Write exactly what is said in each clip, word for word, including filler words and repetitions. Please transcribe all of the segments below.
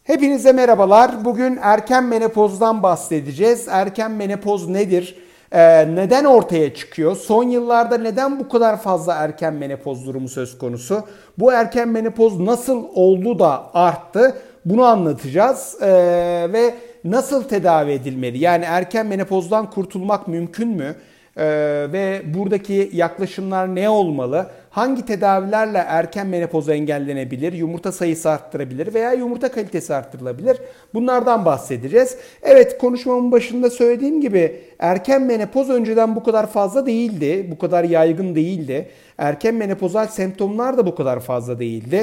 Hepinize merhabalar. Bugün erken menopozdan bahsedeceğiz. Erken menopoz nedir? Ee, neden ortaya çıkıyor? Son yıllarda neden bu kadar fazla erken menopoz durumu söz konusu? Bu erken menopoz nasıl oldu da arttı? Bunu anlatacağız. Ee, ve nasıl tedavi edilmeli? Yani erken menopozdan kurtulmak mümkün mü? Ee, ve buradaki yaklaşımlar ne olmalı? Hangi tedavilerle erken menopoz engellenebilir, yumurta sayısı arttırabilir veya yumurta kalitesi arttırılabilir? Bunlardan bahsedeceğiz. Evet, konuşmamın başında söylediğim gibi erken menopoz önceden bu kadar fazla değildi, bu kadar yaygın değildi. Erken menopozal semptomlar da bu kadar fazla değildi.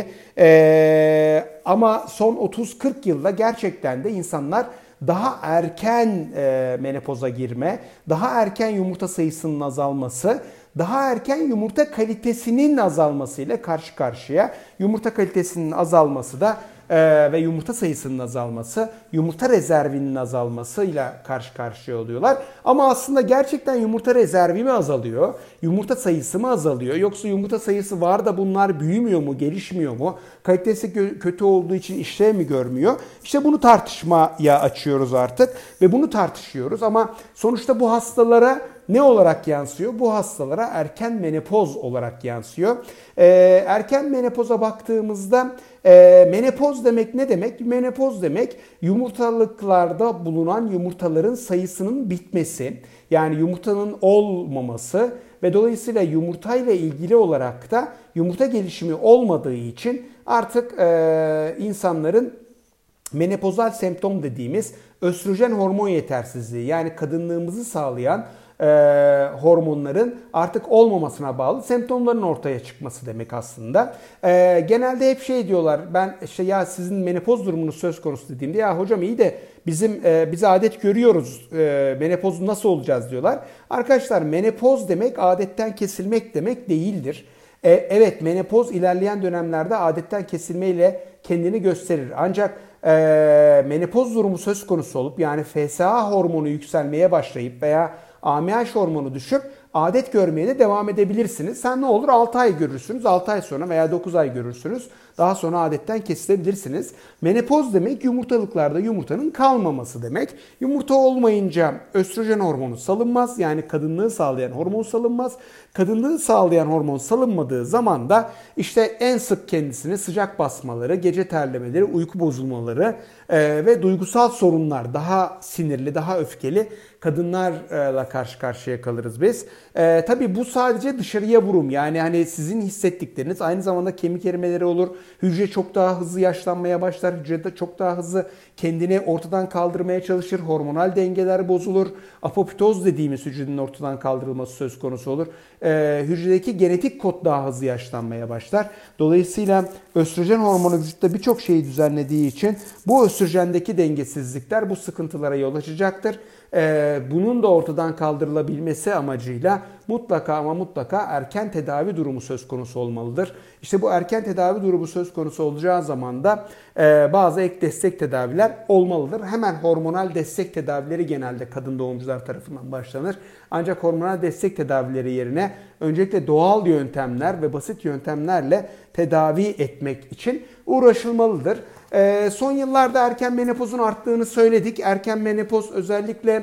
Ee, ama son otuz kırk yılda gerçekten de insanlar daha erken e, menopoza girme, daha erken yumurta sayısının azalması, daha erken yumurta kalitesinin azalmasıyla karşı karşıya. Yumurta kalitesinin azalması da e, ve yumurta sayısının azalması, yumurta rezervinin azalmasıyla karşı karşıya oluyorlar. Ama aslında gerçekten yumurta rezervi mi azalıyor, yumurta sayısı mı azalıyor, yoksa yumurta sayısı var da bunlar büyümüyor mu, gelişmiyor mu, kalitesi kötü olduğu için işlev mi görmüyor? İşte bunu tartışmaya açıyoruz artık ve bunu tartışıyoruz ama sonuçta bu hastalara ne olarak yansıyor? Bu hastalara erken menopoz olarak yansıyor. Ee, erken menopoza baktığımızda e, menopoz demek ne demek? Menopoz demek yumurtalıklarda bulunan yumurtaların sayısının bitmesi. Yani yumurtanın olmaması ve dolayısıyla yumurtayla ilgili olarak da yumurta gelişimi olmadığı için artık e, insanların menopozal semptom dediğimiz östrojen hormon yetersizliği, yani kadınlığımızı sağlayan e, hormonların artık olmamasına bağlı semptomların ortaya çıkması demek aslında. E, genelde hep şey diyorlar, ben işte ya sizin menopoz durumunuz söz konusu dediğimde ya hocam iyi de bizim e, biz adet görüyoruz, e, menopoz nasıl olacağız diyorlar. Arkadaşlar, menopoz demek adetten kesilmek demek değildir. E, evet, menopoz ilerleyen dönemlerde adetten kesilmeyle kendini gösterir. Ancak e, menopoz durumu söz konusu olup yani F S H hormonu yükselmeye başlayıp veya A M H hormonu düşüp adet görmeye de devam edebilirsiniz. Sen ne olur altı ay görürsünüz, altı ay sonra veya dokuz ay görürsünüz. Daha sonra adetten kesilebilirsiniz. Menopoz demek yumurtalıklarda yumurtanın kalmaması demek. Yumurta olmayınca östrojen hormonu salınmaz. Yani kadınlığı sağlayan hormon salınmaz. Kadınlığı sağlayan hormon salınmadığı zaman da işte en sık kendisini sıcak basmaları, gece terlemeleri, uyku bozulmaları e, ve duygusal sorunlar, daha sinirli, daha öfkeli kadınlarla karşı karşıya kalırız biz. E, tabii bu sadece dışarıya vurum. Yani hani sizin hissettikleriniz, aynı zamanda kemik erimeleri olur. Hücre çok daha hızlı yaşlanmaya başlar. Hücre de çok daha hızlı kendini ortadan kaldırmaya çalışır. Hormonal dengeler bozulur. Apoptoz dediğimiz hücrenin ortadan kaldırılması söz konusu olur. Ee, hücredeki genetik kod daha hızlı yaşlanmaya başlar. Dolayısıyla östrojen hormonu vücutta birçok şeyi düzenlediği için bu östrojendeki dengesizlikler bu sıkıntılara yol açacaktır. Ee, bunun da ortadan kaldırılabilmesi amacıyla mutlaka ama mutlaka erken tedavi durumu söz konusu olmalıdır. İşte bu erken tedavi durumu söz konusu olacağı zaman da e, bazı ek destek tedaviler olmalıdır. Hemen hormonal destek tedavileri genelde kadın doğumcular tarafından başlanır. Ancak hormonal destek tedavileri yerine öncelikle doğal yöntemler ve basit yöntemlerle tedavi etmek için uğraşılmalıdır. E, son yıllarda erken menopozun arttığını söyledik. Erken menopoz özellikle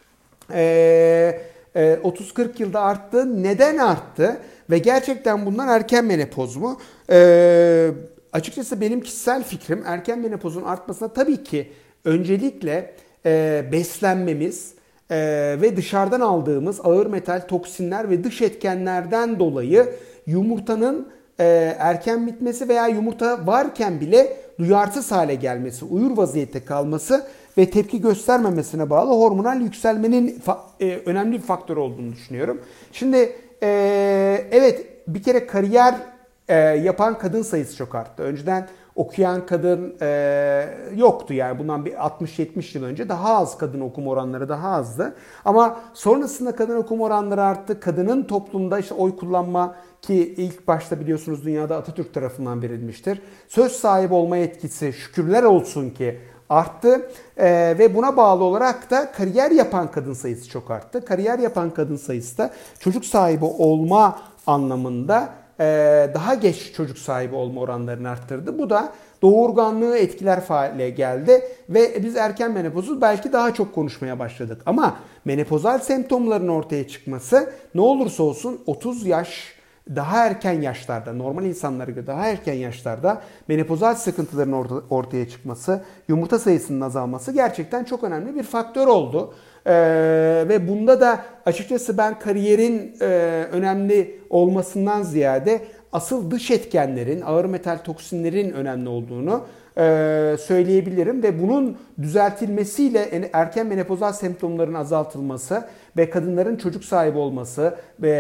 e, e, otuz kırk yılda arttı. Neden arttı? Ve gerçekten bunlar erken menopoz mu? E, açıkçası benim kişisel fikrim erken menopozun artmasına tabii ki öncelikle e, beslenmemiz e, ve dışarıdan aldığımız ağır metal, toksinler ve dış etkenlerden dolayı yumurtanın e, erken bitmesi veya yumurta varken bile duyarsız hale gelmesi, uyur vaziyette kalması ve tepki göstermemesine bağlı hormonal yükselmenin e, önemli bir faktör olduğunu düşünüyorum. Şimdi e, evet, bir kere kariyer e, yapan kadın sayısı çok arttı. Önceden okuyan kadın e, yoktu, yani bundan bir altmış yetmiş yıl önce daha az kadın okuma oranları daha azdı. Ama sonrasında kadın okuma oranları arttı. Kadının toplumda işte oy kullanma, ki ilk başta biliyorsunuz dünyada Atatürk tarafından verilmiştir. Söz sahibi olma yetkisi şükürler olsun ki arttı ee, ve buna bağlı olarak da kariyer yapan kadın sayısı çok arttı. Kariyer yapan kadın sayısı da çocuk sahibi olma anlamında daha geç çocuk sahibi olma oranlarını arttırdı. Bu da doğurganlığı etkiler hale geldi ve biz erken menopozu belki daha çok konuşmaya başladık. Ama menopozal semptomların ortaya çıkması ne olursa olsun otuz yaş, daha erken yaşlarda, normal insanlara göre daha erken yaşlarda menopozal sıkıntıların ortaya çıkması, yumurta sayısının azalması gerçekten çok önemli bir faktör oldu. Ee, ve bunda da açıkçası ben kariyerin e, önemli olmasından ziyade asıl dış etkenlerin, ağır metal toksinlerin önemli olduğunu e, söyleyebilirim ve bunun düzeltilmesiyle erken menopozal semptomların azaltılması ve kadınların çocuk sahibi olması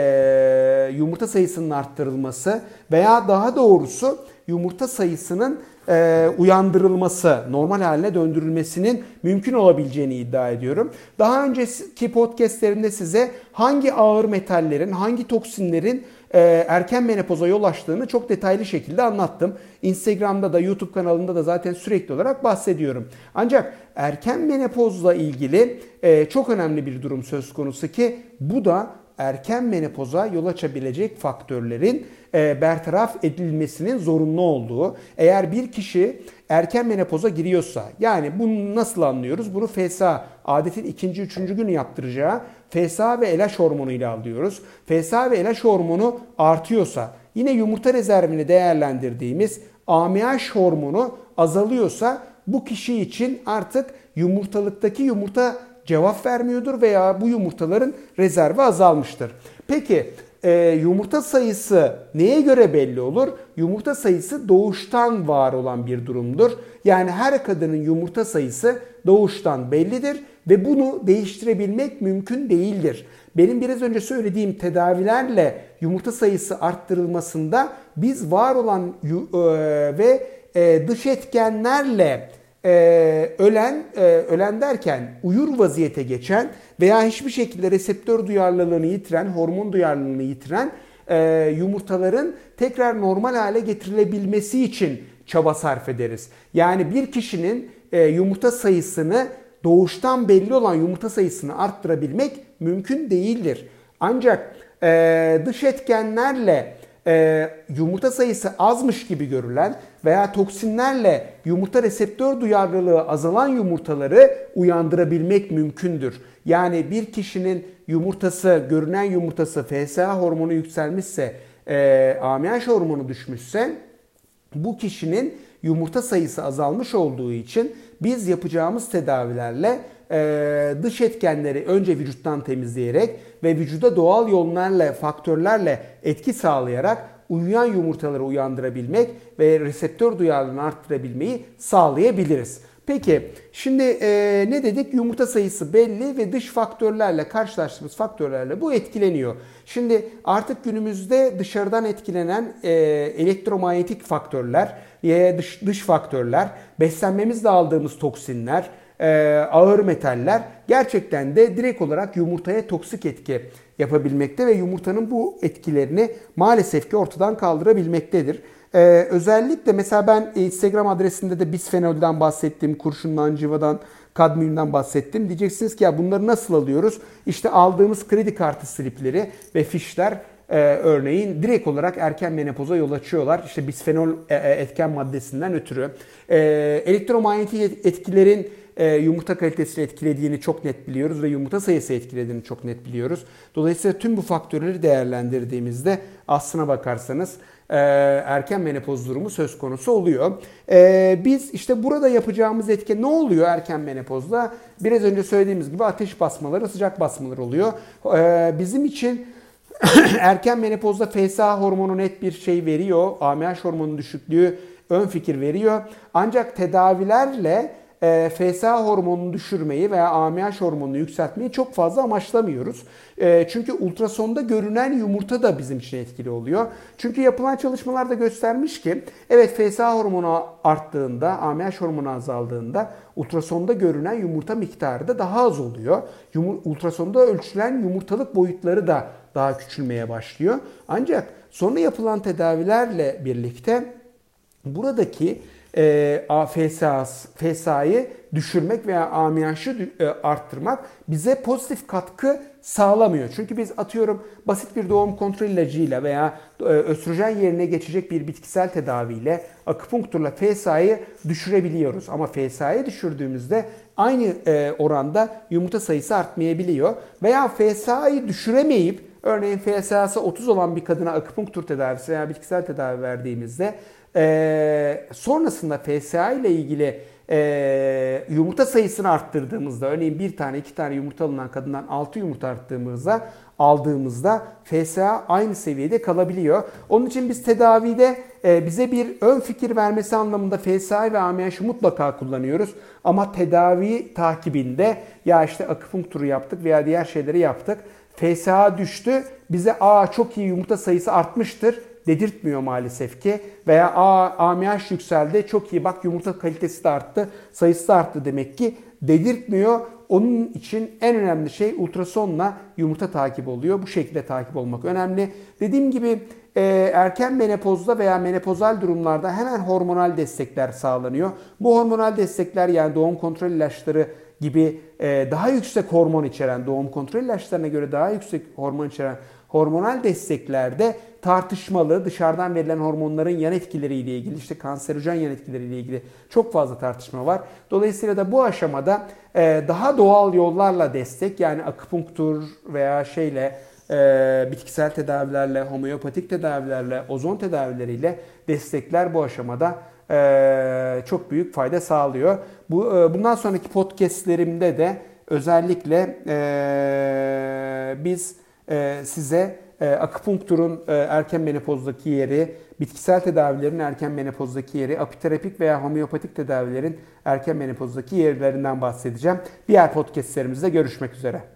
ve yumurta sayısının arttırılması veya daha doğrusu yumurta sayısının e, uyandırılması, normal haline döndürülmesinin mümkün olabileceğini iddia ediyorum. Daha önceki podcastlerimde size hangi ağır metallerin, hangi toksinlerin e, erken menopoza yol açtığını çok detaylı şekilde anlattım. Instagram'da da YouTube kanalında da zaten sürekli olarak bahsediyorum. Ancak erken menopozla ilgili e, çok önemli bir durum söz konusu ki bu da erken menopoza yol açabilecek faktörlerin e, bertaraf edilmesinin zorunlu olduğu. Eğer bir kişi erken menopoza giriyorsa, yani bunu nasıl anlıyoruz? Bunu F S A, adetin ikinci, üçüncü günü yaptıracağı F S A ve L H hormonu ile alıyoruz. F S A ve L H hormonu artıyorsa, yine yumurta rezervini değerlendirdiğimiz A M H hormonu azalıyorsa bu kişi için artık yumurtalıktaki yumurta cevap vermiyordur veya bu yumurtaların rezervi azalmıştır. Peki e, yumurta sayısı neye göre belli olur? Yumurta sayısı doğuştan var olan bir durumdur. Yani her kadının yumurta sayısı doğuştan bellidir ve bunu değiştirebilmek mümkün değildir. Benim biraz önce söylediğim tedavilerle yumurta sayısı arttırılmasında biz var olan e, ve e, dış etkenlerle Ee, ölen, e, ölen derken uyur vaziyete geçen veya hiçbir şekilde reseptör duyarlılığını yitiren, hormon duyarlılığını yitiren e, yumurtaların tekrar normal hale getirilebilmesi için çaba sarf ederiz. Yani bir kişinin e, yumurta sayısını, doğuştan belli olan yumurta sayısını arttırabilmek mümkün değildir. Ancak e, dış etkenlerle e, yumurta sayısı azmış gibi görülen veya toksinlerle yumurta reseptör duyarlılığı azalan yumurtaları uyandırabilmek mümkündür. Yani bir kişinin yumurtası, görünen yumurtası F S H hormonu yükselmişse, e, A M H hormonu düşmüşse bu kişinin yumurta sayısı azalmış olduğu için biz yapacağımız tedavilerle e, dış etkenleri önce vücuttan temizleyerek ve vücuda doğal yollarla, faktörlerle etki sağlayarak uyuyan yumurtaları uyandırabilmek ve reseptör duyarlılığını arttırabilmeyi sağlayabiliriz. Peki şimdi e, ne dedik? Yumurta sayısı belli ve dış faktörlerle, karşılaştığımız faktörlerle bu etkileniyor. Şimdi artık günümüzde dışarıdan etkilenen e, elektromanyetik faktörler, e, dış, dış faktörler, beslenmemizle aldığımız toksinler, e, ağır metaller gerçekten de direkt olarak yumurtaya toksik etki yapabilmekte ve yumurtanın bu etkilerini maalesef ki ortadan kaldırabilmektedir. Ee, özellikle mesela ben Instagram adresinde de bisfenolden bahsettim, kurşundan, civadan, kadmiyumdan bahsettim. Diyeceksiniz ki ya bunları nasıl alıyoruz? İşte aldığımız kredi kartı slipleri ve fişler e, örneğin direkt olarak erken menopoza yol açıyorlar. İşte bisfenol e, etken maddesinden ötürü. E, elektromanyetik etkilerin e, yumurta kalitesini etkilediğini çok net biliyoruz ve yumurta sayısı etkilediğini çok net biliyoruz. Dolayısıyla tüm bu faktörleri değerlendirdiğimizde aslına bakarsanız e, erken menopoz durumu söz konusu oluyor. E, biz işte burada yapacağımız etki ne oluyor erken menopozda? Biraz önce söylediğimiz gibi ateş basmaları, sıcak basmaları oluyor. E, bizim için erken menopozda F S H hormonu net bir şey veriyor. A M H hormonunun düşüklüğü ön fikir veriyor. Ancak tedavilerle F S H hormonunu düşürmeyi veya A M H hormonunu yükseltmeyi çok fazla amaçlamıyoruz. Çünkü ultrasonda görünen yumurta da bizim için etkili oluyor. Çünkü yapılan çalışmalar da göstermiş ki evet F S H hormonu arttığında, A M H hormonu azaldığında ultrasonda görünen yumurta miktarı da daha az oluyor. Ultrasonda ölçülen yumurtalık boyutları da daha küçülmeye başlıyor. Ancak sonra yapılan tedavilerle birlikte buradaki e, F S A'yı düşürmek veya A M H'ı e, arttırmak bize pozitif katkı sağlamıyor. Çünkü biz atıyorum basit bir doğum kontrol ilacıyla veya e, östrojen yerine geçecek bir bitkisel tedaviyle akupunkturla F S A'yı düşürebiliyoruz. Ama F S A'yı düşürdüğümüzde aynı e, oranda yumurta sayısı artmayabiliyor. Veya F S A'yı düşüremeyip örneğin F S A'sı otuz olan bir kadına akupunktur tedavisi veya bitkisel tedavi verdiğimizde e, sonrasında F S A ile ilgili e, yumurta sayısını arttırdığımızda örneğin bir tane iki tane yumurta alınan kadından altı yumurta arttırdığımızda aldığımızda F S A aynı seviyede kalabiliyor. Onun için biz tedavide e, bize bir ön fikir vermesi anlamında F S A ve A M H'ı mutlaka kullanıyoruz. Ama tedavi takibinde ya işte akupunkturu yaptık veya diğer şeyleri yaptık. F S A düştü. Bize aa çok iyi yumurta sayısı artmıştır dedirtmiyor maalesef ki. Veya aa A M H yükseldi. Çok iyi bak yumurta kalitesi de arttı. Sayısı da arttı demek ki dedirtmiyor. Onun için en önemli şey ultrasonla yumurta takibi oluyor. Bu şekilde takip olmak önemli. Dediğim gibi e, erken menopozda veya menopozal durumlarda hemen hormonal destekler sağlanıyor. Bu hormonal destekler yani doğum kontrol ilaçları gibi e, daha yüksek hormon içeren, doğum kontrol ilaçlarına göre daha yüksek hormon içeren hormonal desteklerde tartışmalı, dışarıdan verilen hormonların yan etkileriyle ilgili, işte kanserojen yan etkileriyle ilgili çok fazla tartışma var. Dolayısıyla da bu aşamada e, daha doğal yollarla destek yani akupunktur veya şeyle e, bitkisel tedavilerle, homeopatik tedavilerle, ozon tedavileriyle destekler bu aşamada e, çok büyük fayda sağlıyor. Bu e, bundan sonraki podcastlerimde de özellikle e, biz e, size e, akupunkturun e, erken menopozdaki yeri, bitkisel tedavilerin erken menopozdaki yeri, apiterapik veya homeopatik tedavilerin erken menopozdaki yerlerinden bahsedeceğim. Diğer podcastlerimizde görüşmek üzere.